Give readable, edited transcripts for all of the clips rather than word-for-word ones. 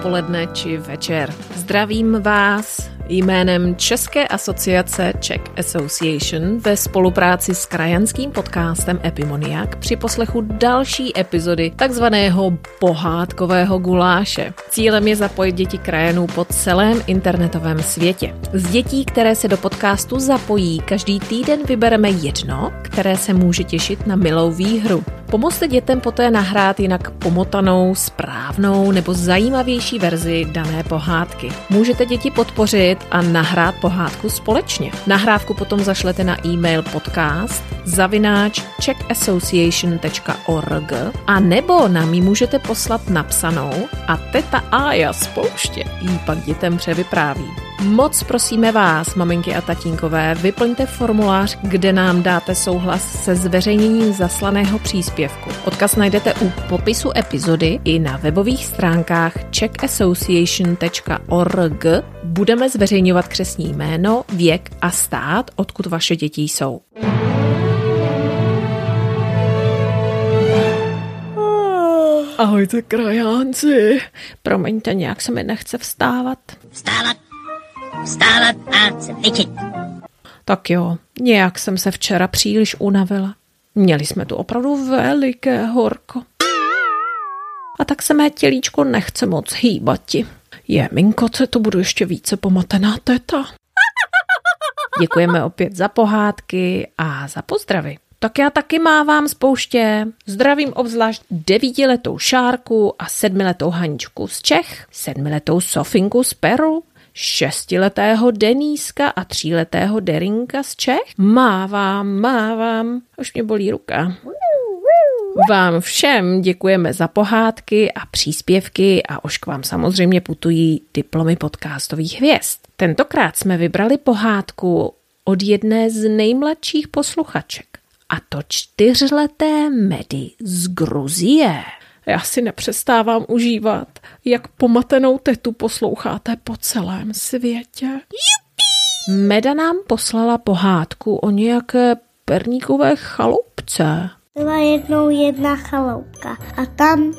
odpoledne či večer. Zdravím vás jménem České asociace Czech Association ve spolupráci s krajanským podcastem Epimoniak při poslechu další epizody takzvaného pohádkového guláše. Cílem je zapojit děti krajanů po celém internetovém světě. Z dětí, které se do podcastu zapojí, každý týden vybereme jedno, které se může těšit na milou výhru. Pomozte dětem poté nahrát jinak pomotanou, správnou nebo zajímavější verzi dané pohádky. Můžete děti podpořit a nahrát pohádku společně. Nahrávku potom zašlete na e-mail podcast@czechassociation.org a nebo nám ji můžete poslat napsanou a teta Ája z pouště ji pak dětem převypráví. Moc prosíme vás, maminky a tatínkové, vyplňte formulář, kde nám dáte souhlas se zveřejněním zaslaného příspěvku. Odkaz najdete u popisu epizody i na webových stránkách czechassociation.org. Budeme zveřejňovat křestní jméno, věk a stát, odkud vaše děti jsou. Ahojte krajánci. Promiňte, nějak se mi nechce vstávat. Vstávat a cvičit. Tak jo, nějak jsem se včera příliš unavila. Měli jsme tu opravdu veliké horko. A tak se mé tělíčko nechce moc hýbati. Minkoce, to budu ještě více pomatená teta. Děkujeme opět za pohádky a za pozdravy. Tak já taky mávám z pouště. Zdravím obzvlášť 9letou Šárku a 7letou Haničku z Čech, 7letou Sofinku z Peru, 6letého Deníska a 3letého Derinka z Čech. Mávám. Už mě bolí ruka. Vám všem děkujeme za pohádky a příspěvky a už k vám samozřejmě putují diplomy podcastových hvězd. Tentokrát jsme vybrali pohádku od jedné z nejmladších posluchaček. A to 4leté Medy z Gruzie. Já si nepřestávám užívat, jak pomatenou tetu posloucháte po celém světě. Jupi! Meda nám poslala pohádku o nějaké perníkové chaloupce. Byla jednou jedna chaloupka a tam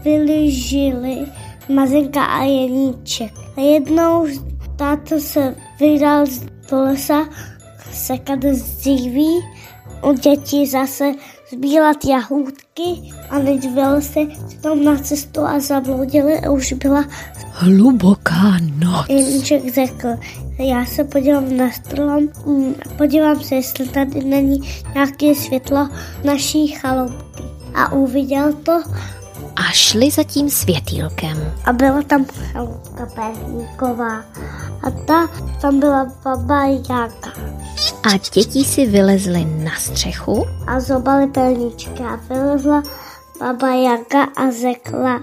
žili Mazinka a Jeníček. A jednou táta se vydal do lesa sekat z dříví, u dětí zase sbírat jahůdky a nedíval se tam na cestu a zabloudili a už byla hluboká noc. Jeníček řekl, já se podívám na strom, podívám se, jestli tady není nějaké světlo naší chaloupky. A uviděl to. A šli za tím světýlkem. A byla tam chaloupka perníková. A tam byla baba Jaga. A děti si vylezly na střechu. A zobali perníčky a vylezla baba Jaga a řekla: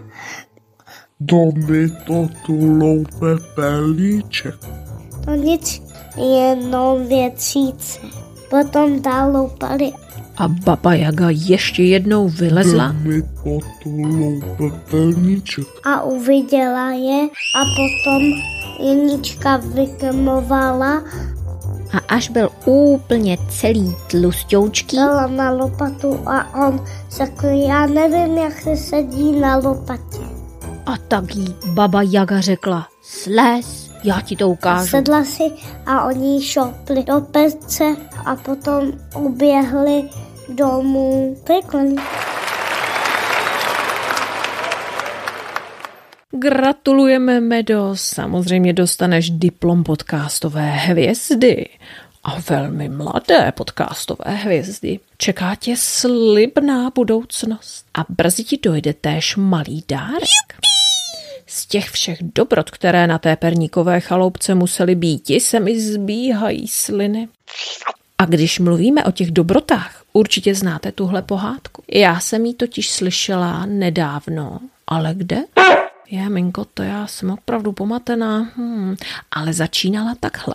Domy to tu loupe perníček. To nic, jenom větříce. Potom dál loupali. A baba Jaga ještě jednou vylezla. Domy to tu loupe perníček. A uviděla je a potom Jeníčka vykrmovala. A až byl úplně celý tlusťoučký, dala na lopatu a on řekl, já nevím, jak se sedí na lopatě. A tak jí baba Jaga řekla, slez, já ti to ukážu. Sedla si a oni šopli do pece a potom uběhli domů. Pěkný. Gratulujeme, Medo, samozřejmě dostaneš diplom podcastové hvězdy. A velmi mladé podcastové hvězdy. Čeká tě slibná budoucnost. A brzy ti dojde též malý dárek. Z těch všech dobrot, které na té perníkové chaloupce musely býti, se mi zbíhají sliny. A když mluvíme o těch dobrotách, určitě znáte tuhle pohádku. Já jsem ji totiž slyšela nedávno. Ale kde? Minko, to já jsem opravdu pomatená. Ale začínala takhle.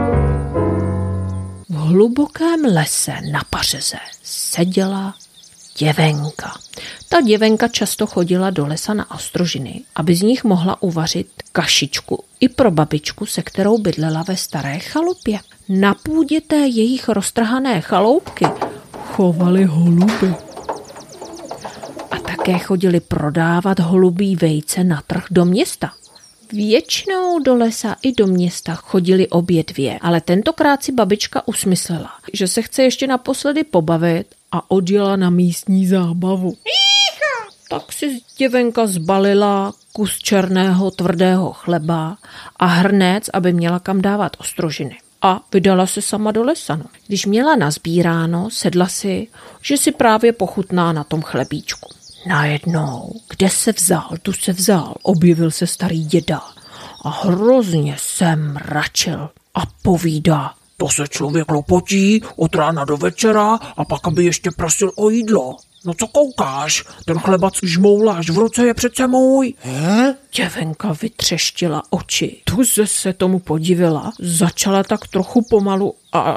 V hlubokém lese na pařeze seděla děvenka. Ta děvenka často chodila do lesa na ostrožiny, aby z nich mohla uvařit kašičku i pro babičku, se kterou bydlela ve staré chalupě. Na půdě té jejich roztrhané chaloupky chovaly holuby. A také chodili prodávat holubí vejce na trh do města. Většinou do lesa i do města chodili obě dvě, ale tentokrát si babička usmyslela, že se chce ještě naposledy pobavit a odjela na místní zábavu. Tak si děvenka zbalila kus černého tvrdého chleba a hrnec, aby měla kam dávat ostrožiny. A vydala se sama do lesa. Když měla nazbíráno, sedla si, že si právě pochutná na tom chlebíčku. Najednou, kde se vzal, tu se vzal, objevil se starý děda a hrozně se mračil a povídá. To se člověk lopotí od rána do večera a pak aby ještě prosil o jídlo. No co koukáš? Ten chleba, co žmouláš v ruce, je přece můj. Děvenka vytřeštila oči. Tuze se tomu podivila. Začala tak trochu pomalu.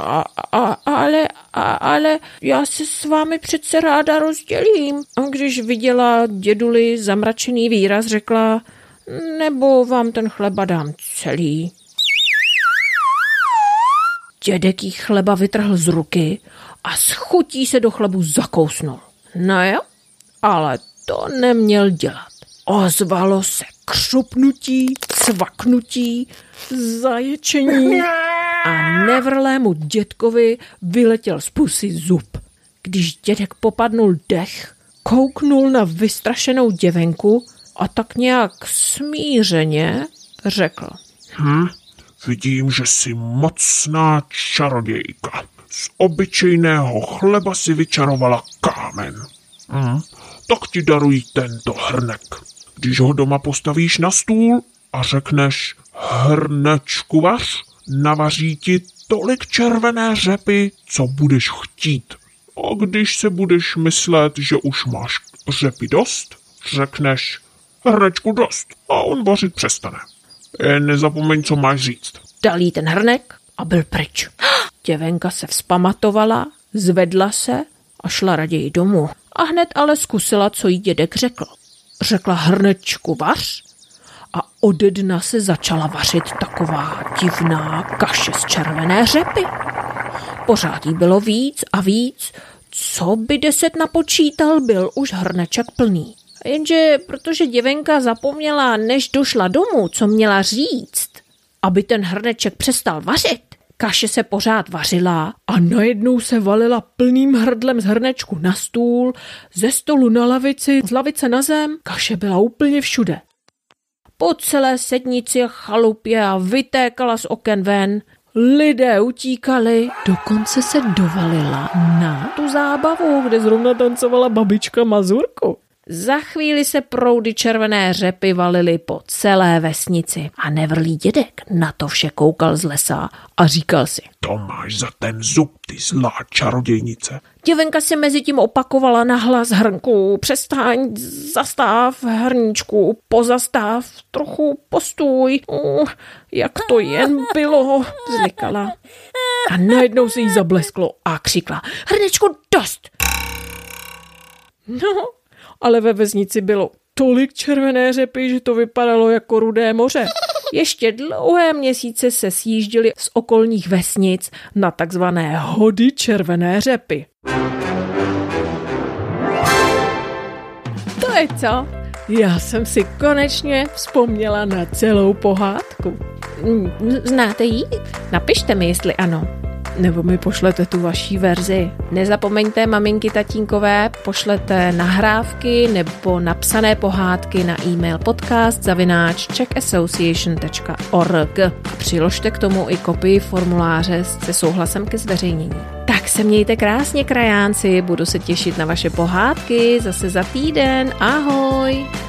Ale já se s vámi přece ráda rozdělím. A když viděla děduli zamračený výraz, řekla, nebo vám ten chleba dám celý. Dědek jí chleba vytrhl z ruky a s chutí se do chlebu zakousnul. No jo, ale to neměl dělat. Ozvalo se křupnutí, cvaknutí, zaječení a nevrlému dědkovi vyletěl z pusy zub. Když dědek popadnul dech, kouknul na vystrašenou děvenku a tak nějak smířeně řekl. Vidím, že jsi mocná čarodějka. Z obyčejného chleba si vyčarovala kámen. Tak ti darují tento hrnek. Když ho doma postavíš na stůl a řekneš hrnečku vař, navaří ti tolik červené řepy, co budeš chtít. A když se budeš myslet, že už máš řepy dost, řekneš hrnečku dost a on vařit přestane. Jen nezapomeň, co máš říct. Dal jí ten hrnek a byl pryč. Děvenka se vzpamatovala, zvedla se a šla raději domů. A hned ale zkusila, co jí dědek řekl. Řekla hrnečku vař a ode dna se začala vařit taková divná kaše z červené řepy. Pořád jí bylo víc a víc. Co by 10 napočítal, byl už hrneček plný. Jenže protože děvenka zapomněla, než došla domů, co měla říct, aby ten hrneček přestal vařit, kaše se pořád vařila a najednou se valila plným hrdlem z hrnečku na stůl, ze stolu na lavici, z lavice na zem. Kaše byla úplně všude. Po celé sednici a chalupě a vytékala z oken ven. Lidé utíkali, dokonce se dovalila na tu zábavu, kde zrovna tancovala babička Mazurku. Za chvíli se proudy červené řepy valily po celé vesnici a nevrlý dědek na to vše koukal z lesa a říkal si. To máš za ten zub, ty zlá čarodějnice. Děvenka se mezi tím opakovala nahlas hrnku, přestaň, zastav, hrníčku, pozastav, trochu postůj, jak to jen bylo, zlikala. A najednou se jí zablesklo a křikla, hrnečku dost! No, ale ve vesnici bylo tolik červené řepy, že to vypadalo jako Rudé moře. Ještě dlouhé měsíce se sjížděli z okolních vesnic na takzvané hody červené řepy. To je co? Já jsem si konečně vzpomněla na celou pohádku. Znáte ji? Napište mi, jestli ano. Nebo mi pošlete tu vaší verzi. Nezapomeňte, maminky, tatínkové, pošlete nahrávky nebo napsané pohádky na e-mail podcast@czechassociation.org a přiložte k tomu i kopii formuláře se souhlasem ke zveřejnění. Tak se mějte krásně, krajánci, budu se těšit na vaše pohádky zase za týden. Ahoj!